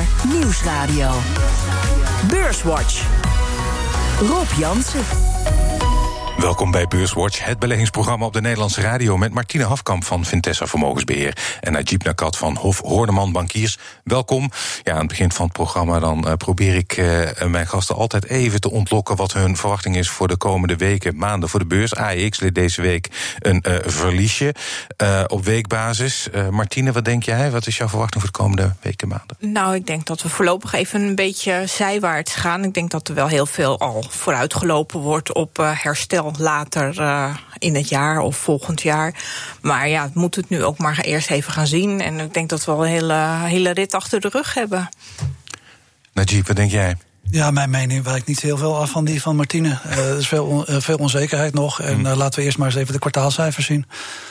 Nieuwsradio. Beurswatch. Rob Jansen. Welkom bij Beurswatch, het beleggingsprogramma op de Nederlandse radio met Martine Hafkamp van Vintessa Vermogensbeheer en Najib Nakat van Hof Horneman Bankiers. Welkom. Ja, aan het begin van het programma dan probeer ik mijn gasten altijd even te ontlokken wat hun verwachting is voor de komende weken, maanden voor de beurs. AEX leed deze week een verliesje op weekbasis. Martine, wat denk jij? Wat is jouw verwachting voor de komende weken, maanden? Nou, ik denk dat we voorlopig even een beetje zijwaarts gaan. Ik denk dat er wel heel veel al vooruitgelopen wordt op herstel later in het jaar of volgend jaar. Maar ja, het moet het nu ook maar eerst even gaan zien. En ik denk dat we al een hele rit achter de rug hebben. Najib, wat denk jij? Ja, mijn mening wijkt niet heel veel af van die van Martine. Er is veel onzekerheid nog. En laten we eerst maar eens even de kwartaalcijfers zien.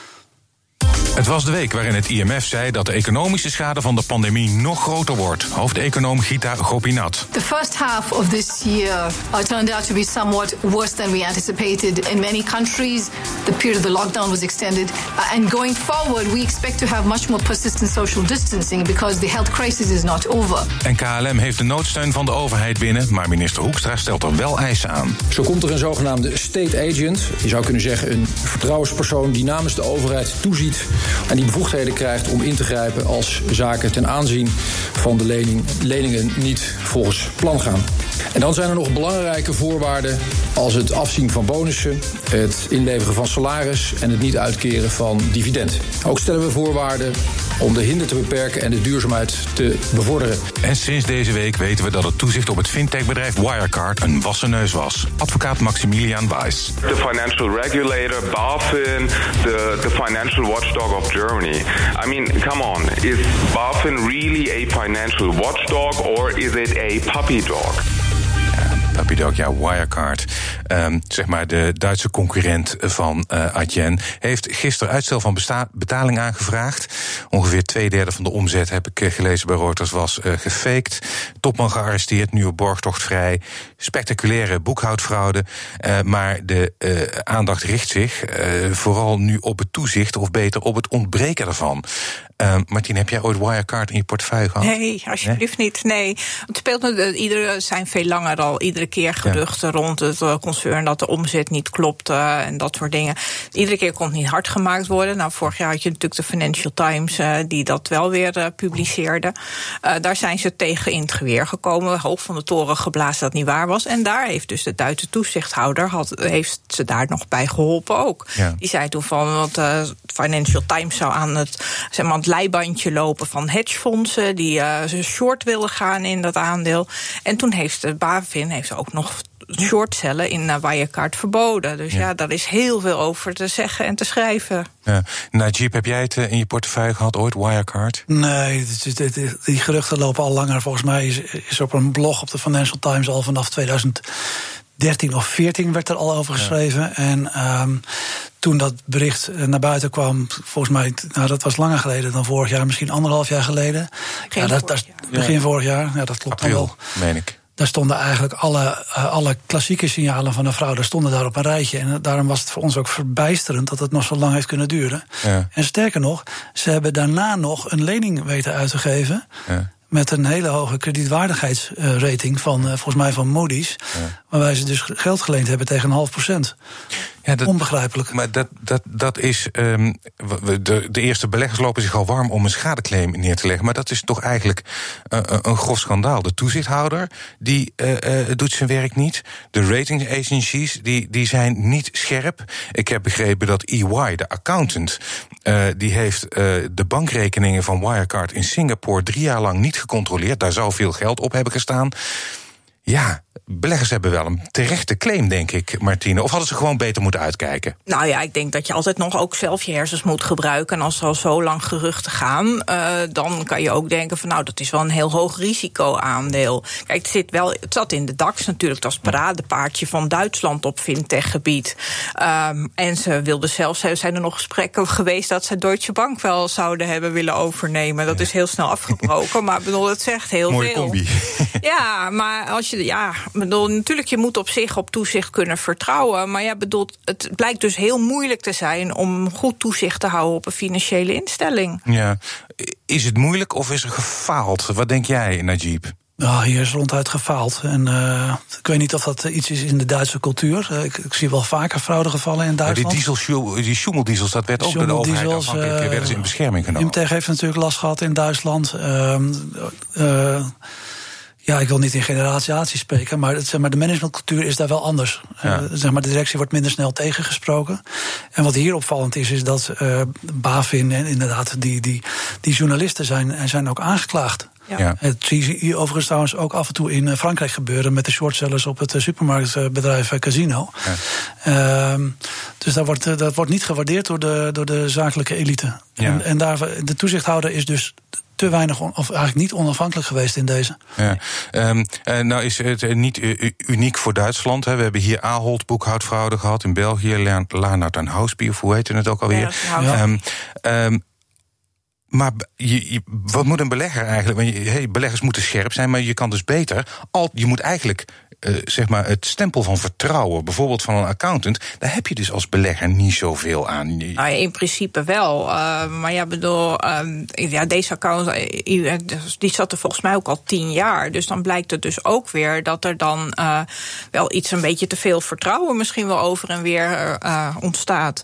Het was de week waarin het IMF zei dat de economische schade van de pandemie nog groter wordt. Hoofdeconoom Gita Gopinath. The first half of this year turned out to be somewhat worse than we anticipated. In many countries, the period of the lockdown was extended. And going forward, we expect to have much more persistent social distancing because the health crisis is not over. En KLM heeft de noodsteun van de overheid binnen, maar minister Hoekstra stelt er wel eisen aan. Zo komt er een zogenaamde state agent. Je zou kunnen zeggen een vertrouwenspersoon die namens de overheid toeziet en die bevoegdheden krijgt om in te grijpen als zaken ten aanzien van de leningen niet volgens plan gaan. En dan zijn er nog belangrijke voorwaarden als het afzien van bonussen, het inleveren van salaris en het niet uitkeren van dividend. Ook stellen we voorwaarden om de hinder te beperken en de duurzaamheid te bevorderen. En sinds deze week weten we dat het toezicht op het fintechbedrijf Wirecard een wassen neus was. Advocaat Maximilian Weiss. The financial regulator, BaFin, the financial watchdog of Germany. I mean, come on, is BaFin really a financial watchdog or is it a puppy dog? Puppydog, ja, Wirecard, zeg maar de Duitse concurrent van Adyen, heeft gisteren uitstel van betaling aangevraagd. Ongeveer 2/3 van de omzet, heb ik gelezen bij Reuters, was gefaked. Topman gearresteerd, nu op borgtocht vrij. Spectaculaire boekhoudfraude. Maar de aandacht richt zich vooral nu op het toezicht, of beter op het ontbreken ervan. Martien, heb jij ooit Wirecard in je portefeuille gehad? Nee, alsjeblieft niet. Nee. Het speelt zijn veel langer al iedere keer geruchten rond het concern dat de omzet niet klopt en dat soort dingen. Iedere keer kon het niet hard gemaakt worden. Nou, vorig jaar had je natuurlijk de Financial Times die dat wel weer publiceerde. Daar zijn ze tegen in het geweer gekomen, hoog van de toren geblazen dat het niet waar was. En daar heeft dus de Duitse toezichthouder heeft ze daar nog bij geholpen ook. Ja. Die zei toen van, want Financial Times zou aan het leibandje lopen van hedgefondsen die short wilden gaan in dat aandeel. En toen heeft de BaFin ook nog shortcellen in Wirecard verboden. Dus ja, daar is heel veel over te zeggen en te schrijven. Ja. Najib, heb jij het in je portefeuille gehad ooit, Wirecard? Nee, die geruchten lopen al langer. Volgens mij is op een blog op de Financial Times al vanaf 2013 of 14 werd er al over geschreven. Ja. En toen dat bericht naar buiten kwam, volgens mij, dat was langer geleden dan vorig jaar, misschien 1,5 jaar geleden. Begin vorig jaar, ja, dat klopt. April, dan wel. Meen ik. Daar stonden eigenlijk alle klassieke signalen van een fraude stonden daar op een rijtje. En daarom was het voor ons ook verbijsterend dat het nog zo lang heeft kunnen duren. Ja. En sterker nog, ze hebben daarna nog een lening weten uit te geven. Ja. Met een hele hoge kredietwaardigheidsrating van, volgens mij van Moody's. Ja. Waarbij ze dus geld geleend hebben tegen 0,5%. Ja, onbegrijpelijk. Maar dat is. De eerste beleggers lopen zich al warm om een schadeclaim neer te leggen. Maar dat is toch eigenlijk een grof schandaal. De toezichthouder die doet zijn werk niet. De rating agencies die zijn niet scherp. Ik heb begrepen dat EY, de accountant, die heeft de bankrekeningen van Wirecard in Singapore 3 jaar lang niet gecontroleerd. Daar zou veel geld op hebben gestaan. Ja, beleggers hebben wel een terechte claim, denk ik, Martine. Of hadden ze gewoon beter moeten uitkijken? Nou ja, ik denk dat je altijd nog ook zelf je hersens moet gebruiken. En als er al zo lang geruchten gaan, dan kan je ook denken van, nou, dat is wel een heel hoog risico-aandeel. Kijk, het zat in de DAX natuurlijk. Dat was paradepaardje van Duitsland op fintechgebied. En ze wilden zelfs, zijn er nog gesprekken geweest dat ze Deutsche Bank wel zouden hebben willen overnemen. Dat is heel snel afgebroken. Maar bedoel, het zegt heel mooie veel. Combi. Ja, maar als natuurlijk, je moet op zich op toezicht kunnen vertrouwen. Maar het blijkt dus heel moeilijk te zijn om goed toezicht te houden op een financiële instelling. Ja. Is het moeilijk of is er gefaald? Wat denk jij, Najib? Nou, hier is ronduit gefaald. En ik weet niet of dat iets is in de Duitse cultuur. Ik zie wel vaker fraudegevallen in Duitsland. Die schommeldiesels, dat werd ook door de overheid afhankelijk. Werden ze in bescherming genomen. Imtech heeft natuurlijk last gehad in Duitsland. Ik wil niet in generalisatie spreken, maar de managementcultuur is daar wel anders. Ja. De directie wordt minder snel tegengesproken. En wat hier opvallend is dat BaFin en inderdaad die journalisten zijn ook aangeklaagd. Ja. Het zie je overigens trouwens ook af en toe in Frankrijk gebeuren met de shortsellers op het supermarktbedrijf Casino. Ja. Dus dat wordt niet gewaardeerd door de zakelijke elite. Ja. En de toezichthouder is dus te weinig of eigenlijk niet onafhankelijk geweest in deze. Ja. Nou is het niet uniek voor Duitsland. Hè. We hebben hier Ahold boekhoudfraude gehad in België, Laanaert en Houspie, of hoe heet het ook alweer? Ja. Maar wat moet een belegger eigenlijk? Want beleggers moeten scherp zijn, maar je kan dus beter. Je moet eigenlijk het stempel van vertrouwen, bijvoorbeeld van een accountant, daar heb je dus als belegger niet zoveel aan. Nou, in principe wel. Maar deze account die zat er volgens mij ook al 10 jaar. Dus dan blijkt het dus ook weer dat er dan wel iets een beetje te veel vertrouwen misschien wel over en weer ontstaat.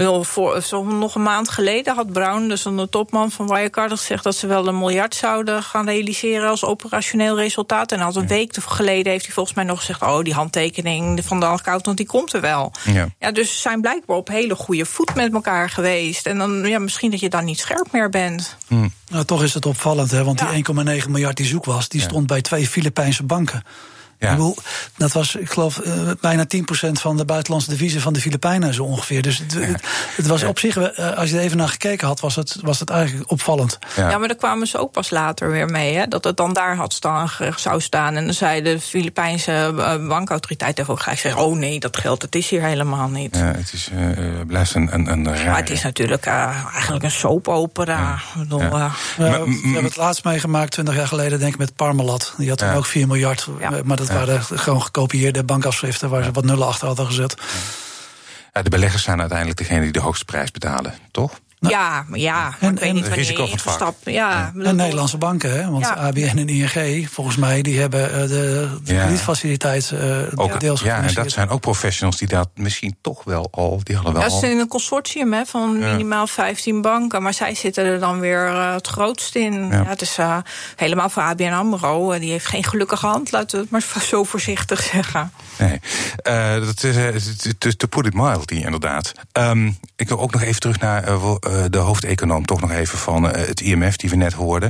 Nog een maand geleden had Brown, dus de topman van Wirecard, gezegd dat ze wel $1 miljard zouden gaan realiseren als operationeel resultaat. En al een week geleden heeft hij volgens mij nog gezegd, die handtekening van de accountant die komt er wel. Ja, dus ze zijn blijkbaar op hele goede voet met elkaar geweest. En dan misschien dat je dan niet scherp meer bent. Nou, toch is het opvallend, hè, want die 1,9 miljard die zoek was, die stond bij 2 Filipijnse banken. Ja. Dat was, ik geloof, bijna 10% van de buitenlandse deviezen van de Filipijnen zo ongeveer. Dus het was op zich, als je er even naar gekeken had, was het eigenlijk opvallend. Ja, maar daar kwamen ze ook pas later weer mee, hè, dat het dan daar zou staan. En dan zei de Filipijnse bankautoriteit even ook gelijk zeggen, nee, dat geld, het is hier helemaal niet. Ja, het is, blijft een raar. Maar het is natuurlijk eigenlijk een soapopera. We hebben het laatst meegemaakt, 20 jaar geleden, denk ik, met Parmalat. Die had toen ook 4 miljard, maar dat waren gewoon gekopieerde bankafschriften waar ze wat nullen achter hadden gezet. Ja, de beleggers zijn uiteindelijk degene die de hoogste prijs betalen, toch? Ja, maar ik weet niet wanneer je ingestapt. En Nederlandse banken, hè? Want ABN en ING, volgens mij, die hebben de kredietfaciliteit deels gefinancierd. En dat zijn ook professionals die dat misschien toch wel al, die hadden wel al. Dat is in een consortium van minimaal 15 banken, maar zij zitten er dan weer het grootst in. Ja. Het is helemaal voor ABN AMRO, die heeft geen gelukkige hand, laten we het maar zo voorzichtig zeggen. Nee, dat is to put it mildly, inderdaad. Ik wil ook nog even terug naar de hoofdeconoom, toch nog even van het IMF, die we net hoorden.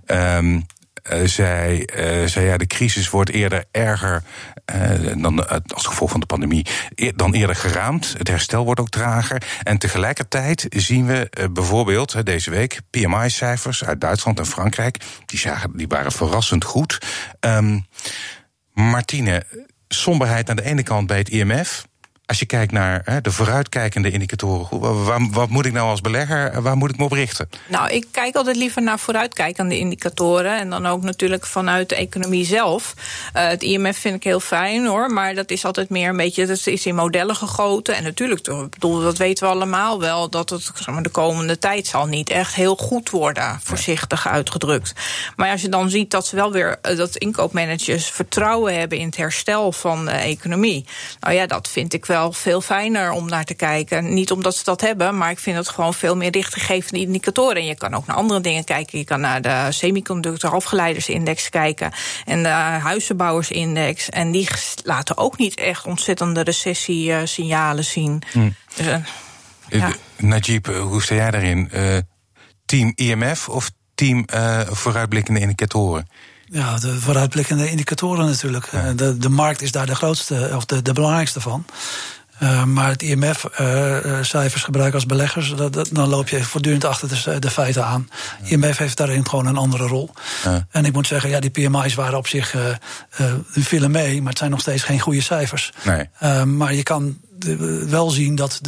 Zei de crisis wordt eerder erger dan als gevolg van de pandemie, dan eerder geraamd. Het herstel wordt ook trager. En tegelijkertijd zien we bijvoorbeeld deze week PMI-cijfers uit Duitsland en Frankrijk. Die waren verrassend goed. Martine, somberheid aan de ene kant bij het IMF. Als je kijkt naar de vooruitkijkende indicatoren, wat moet ik nou als belegger, waar moet ik me op richten? Nou, ik kijk altijd liever naar vooruitkijkende indicatoren en dan ook natuurlijk vanuit de economie zelf. Het IMF vind ik heel fijn hoor, maar dat is altijd meer een beetje, dat is in modellen gegoten. En natuurlijk, dat weten we allemaal wel, dat het de komende tijd zal niet echt heel goed worden, voorzichtig uitgedrukt. Maar als je dan ziet dat ze wel weer, dat inkoopmanagers vertrouwen hebben in het herstel van de economie. Nou ja, dat vind ik wel veel fijner om naar te kijken. Niet omdat ze dat hebben, maar ik vind het gewoon veel meer richtinggevende indicatoren. En je kan ook naar andere dingen kijken. Je kan naar de semiconductor afgeleidersindex kijken en de huizenbouwersindex. En die laten ook niet echt ontzettende recessiesignalen zien. Dus, Najib, hoe sta jij daarin? Team IMF of team vooruitblikkende indicatoren? Ja, de vooruitblikkende indicatoren natuurlijk. Ja. De markt is daar de grootste, of de belangrijkste van. Maar het IMF cijfers gebruiken als beleggers, dan loop je voortdurend achter de feiten aan. Ja. IMF heeft daarin gewoon een andere rol. Ja. En ik moet zeggen, die PMI's waren op zich vielen mee, maar het zijn nog steeds geen goede cijfers. Nee. Maar je kan wel zien dat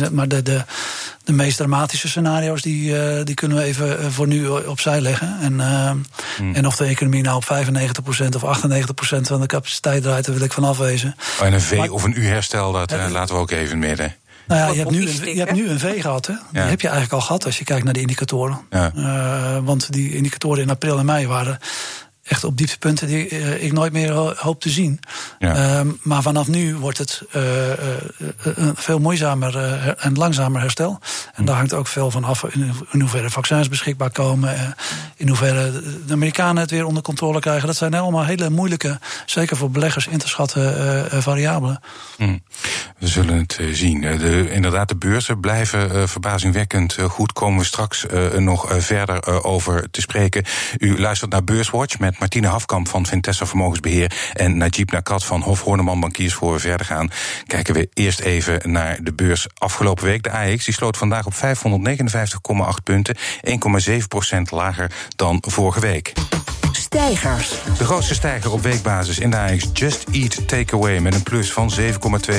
de meest dramatische scenario's, die kunnen we even voor nu opzij leggen. En of de economie nou op 95% of 98% van de capaciteit draait, daar wil ik van afwezen. En een V of een U-herstel, dat laten we ook even midden. Nou ja, je hebt nu een V gehad, hè? Die heb je eigenlijk al gehad als je kijkt naar de indicatoren. Ja. Want die indicatoren in april en mei waren echt op dieptepunten die ik nooit meer hoop te zien. Ja. Maar vanaf nu wordt het een veel moeizamer en langzamer herstel. En daar hangt ook veel van af in hoeverre vaccins beschikbaar komen. In hoeverre de Amerikanen het weer onder controle krijgen. Dat zijn allemaal hele moeilijke, zeker voor beleggers, in te schatten variabelen. We zullen het zien. Inderdaad, de beurzen blijven verbazingwekkend goed. Komen we straks nog verder over te spreken. U luistert naar Beurswatch met Martine Hafkamp van Vintessa Vermogensbeheer en Najib Nakat van Hof Horneman Bankiers. Voor we verder gaan, kijken we eerst even naar de beurs afgelopen week. De AEX die sloot vandaag op 559,8 punten, 1,7% lager dan vorige week. Stijgers. De grootste stijger op weekbasis in de AEX Just Eat Takeaway met een plus van 7,2%.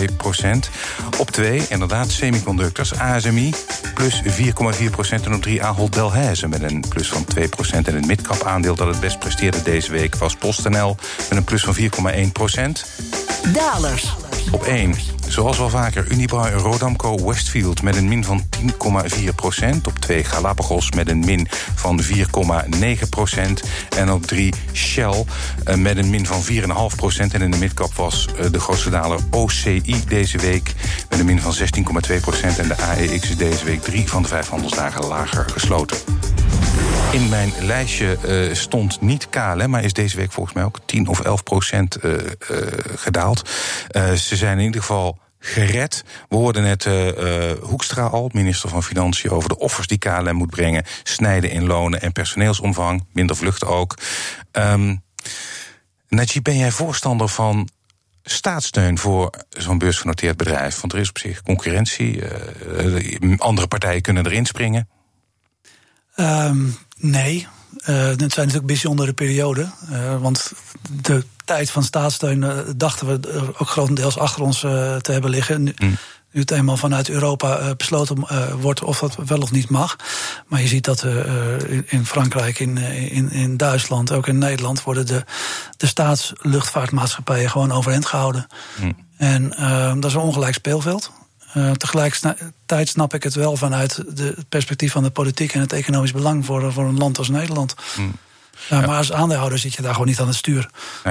Op 2, inderdaad, semiconductors, ASMI, plus 4,4%. En op 3, Ahold Delhaize met een plus van 2%. En het midcap aandeel dat het best presteerde deze week was PostNL met een plus van 4,1%. Dalers. Op 1, zoals wel vaker, Unibail Rodamco Westfield met een min van 10,4%. Op 2, Galapagos met een min van 4,9%. En op 3, Shell met een min van 4,5%. En in de midcap was de grootste daler OCI deze week met een min van 16,2%. En de AEX is deze week 3 van de 5 handelsdagen lager gesloten. In mijn lijstje stond niet KLM, maar is deze week volgens mij ook 10 of 11% gedaald. Ze zijn in ieder geval gered. We hoorden net Hoekstra al, minister van Financiën, over de offers die KLM moet brengen. Snijden in lonen en personeelsomvang, minder vluchten ook. Najib, ben jij voorstander van staatssteun voor zo'n beursgenoteerd bedrijf? Want er is op zich concurrentie. Andere partijen kunnen erin springen. Nee. Het zijn natuurlijk bijzondere perioden. Want de tijd van staatssteun dachten we ook grotendeels achter ons te hebben liggen. Nu het eenmaal vanuit Europa besloten wordt of dat wel of niet mag. Maar je ziet dat in Frankrijk, in Duitsland, ook in Nederland worden de staatsluchtvaartmaatschappijen gewoon overeind gehouden. En dat is een ongelijk speelveld. Tegelijkertijd snap ik het wel vanuit het perspectief van de politiek en het economisch belang voor een land als Nederland. Maar als aandeelhouder zit je daar gewoon niet aan het stuur.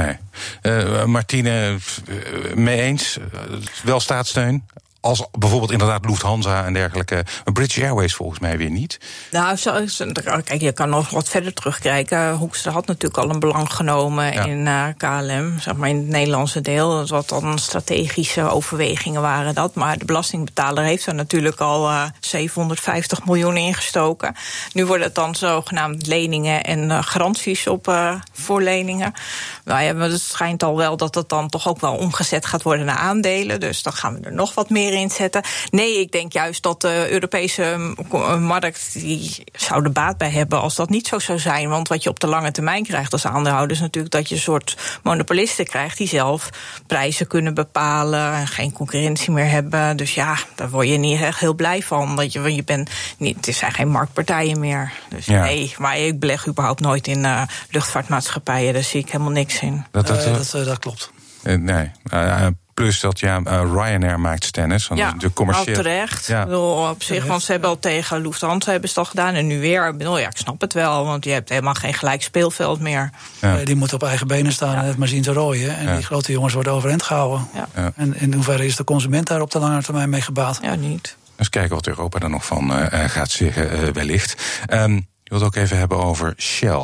Nee. Martine, mee eens? Wel staatssteun? Als bijvoorbeeld inderdaad Lufthansa en dergelijke. Maar British Airways volgens mij weer niet. Nou, kijk, je kan nog wat verder terugkijken. Hoekstra had natuurlijk al een belang genomen in KLM, zeg maar in het Nederlandse deel. Wat dan strategische overwegingen waren dat. Maar de belastingbetaler heeft er natuurlijk al 750 miljoen ingestoken. Nu worden het dan zogenaamd leningen en garanties op voorleningen. Het schijnt al wel dat het dan toch ook wel omgezet gaat worden naar aandelen. Dus dan gaan we er nog wat meer inzetten. Nee, ik denk juist dat de Europese markt die zou er baat bij hebben als dat niet zo zou zijn. Want wat je op de lange termijn krijgt als aandeelhouder is natuurlijk dat je een soort monopolisten krijgt die zelf prijzen kunnen bepalen en geen concurrentie meer hebben. Dus ja, daar word je niet echt heel blij van. Want je bent niet, er zijn geen marktpartijen meer. Dus nee, maar ik beleg überhaupt nooit in luchtvaartmaatschappijen. Daar zie ik helemaal niks in. Dat klopt. Nee. Plus dat Ryanair maakt stennis. De commerciële. Terecht. Ja. Op zich, want ze hebben al tegen Lufthansa hebben ze dat gedaan. En nu weer. Ik snap het wel, want je hebt helemaal geen gelijk speelveld meer. Ja. Die moeten op eigen benen staan en het maar zien te rooien. En die grote jongens worden overeind gehouden. Ja. En in hoeverre is de consument daar op de lange termijn mee gebaat? Ja, niet. Dus kijken wat Europa er nog van gaat zeggen, wellicht. Ik wil het ook even hebben over Shell.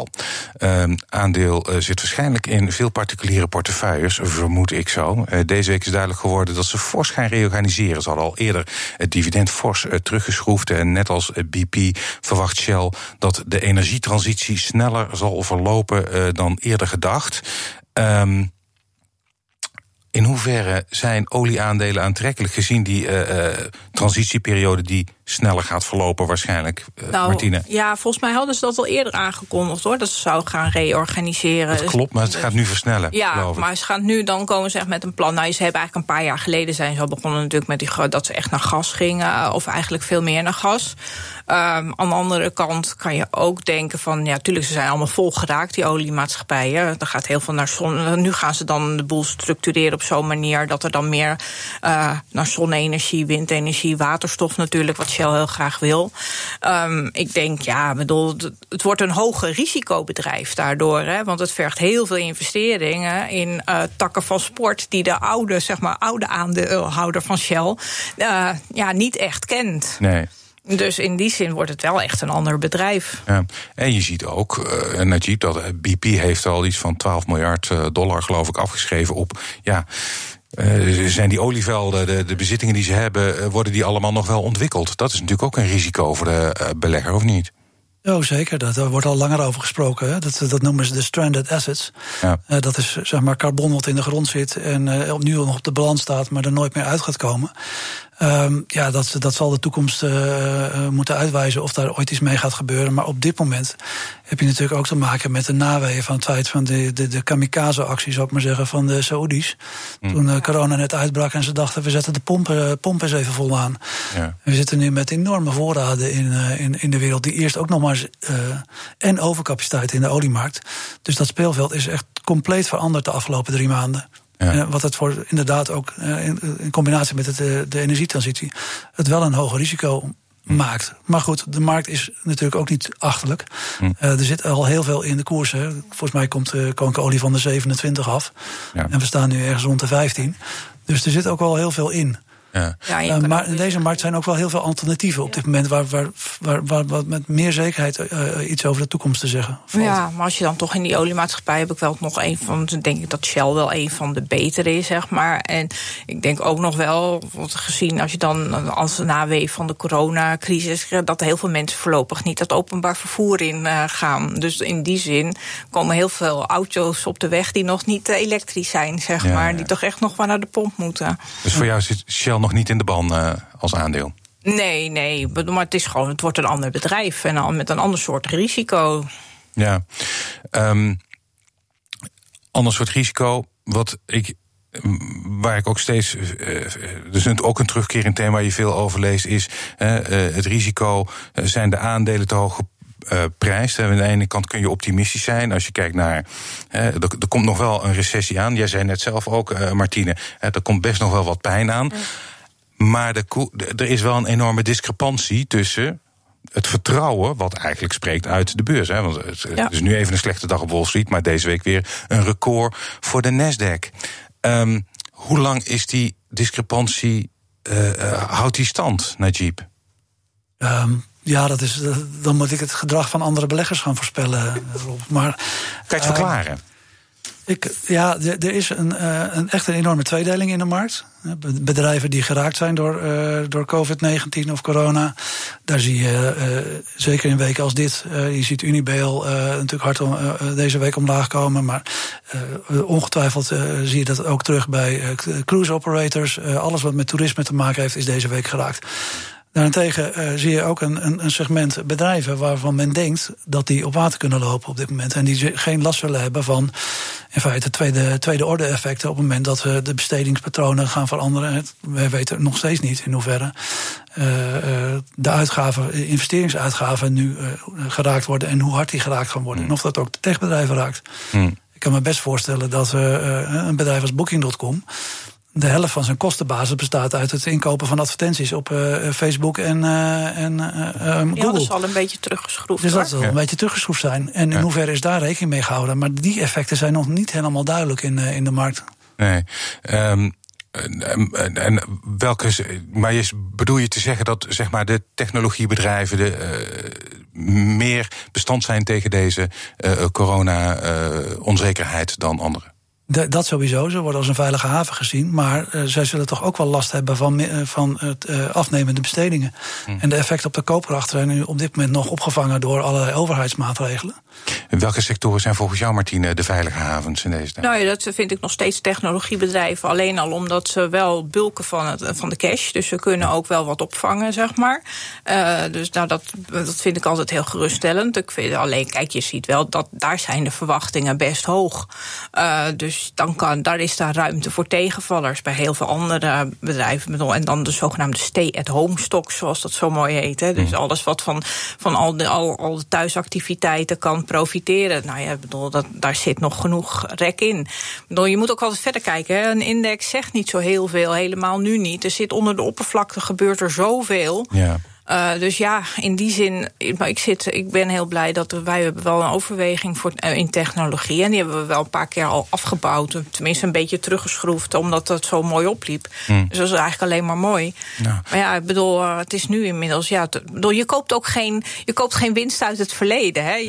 Aandeel zit waarschijnlijk in veel particuliere portefeuilles, vermoed ik zo. Deze week is duidelijk geworden dat ze fors gaan reorganiseren. Ze hadden al eerder het dividend fors teruggeschroefd. En net als BP verwacht Shell dat de energietransitie sneller zal verlopen dan eerder gedacht. In hoeverre zijn olieaandelen aantrekkelijk gezien die transitieperiode die sneller gaat verlopen waarschijnlijk, Martine. Ja, volgens mij hadden ze dat al eerder aangekondigd, hoor. Dat ze zouden gaan reorganiseren. Dat klopt, maar het gaat nu versnellen. Ja, maar ze gaan nu dan komen ze echt met een plan. Nou, ze hebben eigenlijk een paar jaar geleden zijn ze al begonnen natuurlijk met dat ze echt naar gas gingen. Of eigenlijk veel meer naar gas. Aan de andere kant kan je ook denken van, ja, tuurlijk, ze zijn allemaal vol geraakt, die oliemaatschappijen. Er gaat heel veel naar zon. Nu gaan ze dan de boel structureren op zo'n manier dat er dan meer naar zonne-energie, windenergie, waterstof natuurlijk, wat Shell heel graag wil. Ik denk, het wordt een hoger risicobedrijf daardoor, hè, want het vergt heel veel investeringen in takken van sport die de oude aandeelhouder van Shell niet echt kent. Nee. Dus in die zin wordt het wel echt een ander bedrijf. Ja. En je ziet ook, Najib, dat BP heeft al iets van $12 miljard geloof ik afgeschreven op, zijn die olievelden, de bezittingen die ze hebben, worden die allemaal nog wel ontwikkeld? Dat is natuurlijk ook een risico voor de belegger, of niet? Oh, zeker. Daar wordt al langer over gesproken. Hè. Dat noemen ze de stranded assets. Ja. Dat is zeg maar carbon wat in de grond zit en opnieuw nog op de balans staat, maar er nooit meer uit gaat komen. Dat zal de toekomst moeten uitwijzen of daar ooit iets mee gaat gebeuren. Maar op dit moment heb je natuurlijk ook te maken met de naweeën van het feit van de kamikaze-actie, zou ik maar zeggen, van de Saoedi's. Toen corona net uitbrak en ze dachten, we zetten de pomp eens even vol aan. Ja. We zitten nu met enorme voorraden in de wereld, die eerst ook nog maar en overcapaciteit in de oliemarkt. Dus dat speelveld is echt compleet veranderd de afgelopen 3 maanden. Ja. Wat het voor inderdaad ook in combinatie met de energietransitie het wel een hoger risico maakt. Maar goed, de markt is natuurlijk ook niet achterlijk. Er zit al heel veel in de koers. Hè. Volgens mij komt kolenkolie van de 27 af. Ja. En we staan nu ergens rond de 15. Dus er zit ook wel heel veel in. Ja. Maar in deze markt zijn ook wel heel veel alternatieven op dit moment waar met meer zekerheid iets over de toekomst te zeggen valt. Ja, maar als je dan toch in die oliemaatschappij heb ik wel nog een van, denk ik dat Shell wel een van de betere is, zeg maar. En ik denk ook nog wel, gezien als je dan als nawee van de coronacrisis, dat heel veel mensen voorlopig niet het openbaar vervoer in gaan. Dus in die zin komen heel veel auto's op de weg die nog niet elektrisch zijn, zeg maar. Die toch echt nog maar naar de pomp moeten. Dus voor jou zit Shell nog niet in de ban als aandeel? Nee, maar het wordt een ander bedrijf en met een ander soort risico. Ja, ander soort risico, waar ik ook steeds, dus ook een terugkerend thema waar je veel over leest, is het risico, zijn de aandelen te hoog prijs. Aan de ene kant kun je optimistisch zijn als je kijkt naar, er komt nog wel een recessie aan. Jij zei net zelf ook, Martine, er komt best nog wel wat pijn aan. Maar er is wel een enorme discrepantie tussen het vertrouwen, wat eigenlijk spreekt uit de beurs. Hè? Want het is nu even een slechte dag op Wall Street, maar deze week weer een record voor de Nasdaq. Hoe lang is die discrepantie, houdt die stand, Najib? Dan moet ik het gedrag van andere beleggers gaan voorspellen, Rob. Maar, kan je het verklaren? Er is echt een enorme tweedeling in de markt. Bedrijven die geraakt zijn door COVID-19 of corona. Daar zie je, zeker in weken als dit, je ziet Unibail natuurlijk hard deze week omlaag komen. Maar ongetwijfeld zie je dat ook terug bij cruise operators. Alles wat met toerisme te maken heeft, is deze week geraakt. Daarentegen zie je ook een segment bedrijven waarvan men denkt dat die op water kunnen lopen op dit moment. En die geen last zullen hebben van in feite tweede orde effecten op het moment dat de bestedingspatronen gaan veranderen. We weten nog steeds niet in hoeverre de investeringsuitgaven nu geraakt worden en hoe hard die geraakt gaan worden. En of dat ook de techbedrijven raakt. Ik kan me best voorstellen dat een bedrijf als Booking.com de helft van zijn kostenbasis bestaat uit het inkopen van advertenties op Facebook en Google. Ja, dat zal een beetje teruggeschroefd. Dus dat zal een beetje teruggeschroefd zijn. En in hoeverre is daar rekening mee gehouden? Maar die effecten zijn nog niet helemaal duidelijk in de markt. Nee. En maar bedoel je te zeggen dat zeg maar de technologiebedrijven meer bestand zijn tegen deze corona-onzekerheid dan anderen? Dat sowieso, ze worden als een veilige haven gezien. Maar zij zullen toch ook wel last hebben van het afnemende bestedingen. En de effecten op de koopkracht zijn nu op dit moment nog opgevangen door allerlei overheidsmaatregelen. Welke sectoren zijn volgens jou, Martine, de veilige havens in deze tijd? Nou ja, dat vind ik nog steeds technologiebedrijven. Alleen al omdat ze wel bulken van de cash. Dus ze kunnen ook wel wat opvangen, zeg maar. Dus nou, dat vind ik altijd heel geruststellend. Ik vind alleen, kijk, je ziet wel dat daar zijn de verwachtingen best hoog. Dus daar is daar ruimte voor tegenvallers bij heel veel andere bedrijven. En dan de zogenaamde stay-at-home stocks, zoals dat zo mooi heet. Hè. Dus alles wat van al de thuisactiviteiten kan profiteren. Nou ja, ik bedoel, daar zit nog genoeg rek in. Ik bedoel, je moet ook altijd verder kijken. Hè. Een index zegt niet zo heel veel, helemaal nu niet. Er zit onder de oppervlakte, gebeurt er zoveel. Ja. Dus ja, in die zin, ik ben heel blij dat wij hebben wel een overweging in technologie. En die hebben we wel een paar keer al afgebouwd. Tenminste een beetje teruggeschroefd, omdat het zo mooi opliep. Dus dat is eigenlijk alleen maar mooi. Ja. Maar ja, ik bedoel, het is nu inmiddels, je koopt ook geen winst uit het verleden. Hè?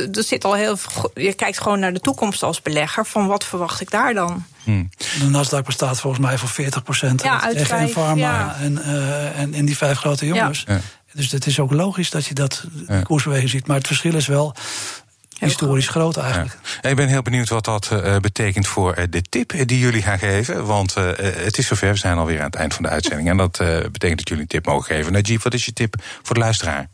Je kijkt gewoon naar de toekomst als belegger. Van wat verwacht ik daar dan? De Nasdaq bestaat volgens mij van 40% uit tech en pharma en in die 5 grote jongens. Ja. Dus het is ook logisch dat je die koersbeweging ziet. Maar het verschil is wel historisch groot eigenlijk. Ja. Ik ben heel benieuwd wat dat betekent voor de tip die jullie gaan geven. Want het is zover, we zijn alweer aan het eind van de uitzending. En dat betekent dat jullie een tip mogen geven. Najib, wat is je tip voor de luisteraar?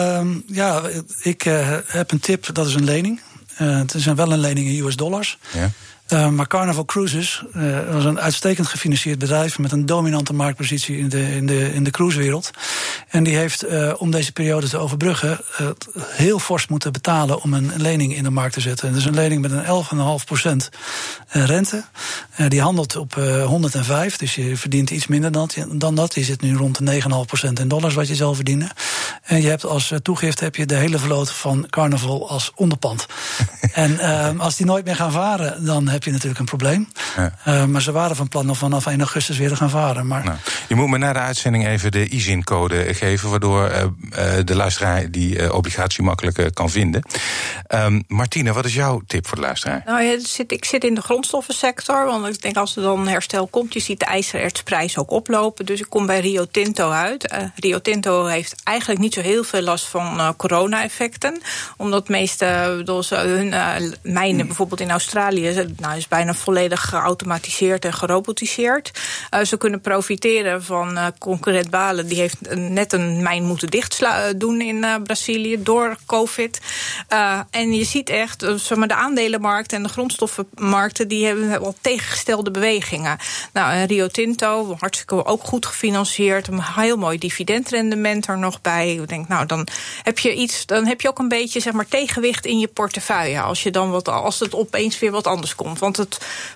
Ik heb een tip, dat is een lening. Het is wel een lening in US dollars. Ja. Maar Carnival Cruises was een uitstekend gefinancierd bedrijf met een dominante marktpositie in de cruisewereld. En die heeft, om deze periode te overbruggen, heel fors moeten betalen om een lening in de markt te zetten. Dus een lening met een 11,5% rente. Die handelt op 105, dus je verdient iets minder dan dat. Je zit nu rond de 9,5% in dollars wat je zal verdienen. En je hebt als toegift de hele vloot van Carnival als onderpand. En als die nooit meer gaan varen, dan heb je natuurlijk een probleem. Ja. Maar ze waren van plan om vanaf 1 augustus weer te gaan varen. Maar je moet me na de uitzending even de ISIN-code geven, waardoor de luisteraar die obligatie makkelijk kan vinden. Martine, wat is jouw tip voor de luisteraar? Nou, ik zit in de grondstoffensector, want ik denk als er dan herstel komt, je ziet de ijzerertsprijs ook oplopen. Dus ik kom bij Rio Tinto uit. Rio Tinto heeft eigenlijk niet zo heel veel last van corona-effecten, omdat de meeste hun mijnen bijvoorbeeld in Australië is bijna volledig geautomatiseerd en gerobotiseerd. Ze kunnen profiteren van concurrent Vale. Die heeft net een mijn moeten dicht doen in Brazilië door COVID. En je ziet echt, de aandelenmarkt en de grondstoffenmarkten, die hebben al tegengestelde bewegingen. Nou, Rio Tinto, hartstikke ook goed gefinancierd, een heel mooi dividendrendement er nog bij. Ik denk, nou, dan heb je ook een beetje, tegenwicht in je portefeuille. Als het opeens weer wat anders komt. Want het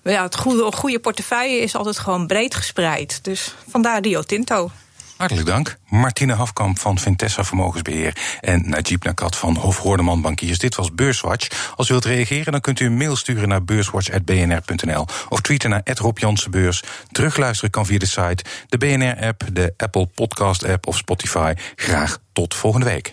goede portefeuille is altijd gewoon breed gespreid. Dus vandaar Rio Tinto. Hartelijk dank. Martine Hafkamp van Vintessa Vermogensbeheer en Najib Nakat van Hof Horneman Bankiers. Dit was Beurswatch. Als u wilt reageren, dan kunt u een mail sturen naar beurswatch@bnr.nl of tweeten naar @RobJansenbeurs. Terugluisteren kan via de site, de BNR-app, de Apple Podcast-app of Spotify. Graag tot volgende week.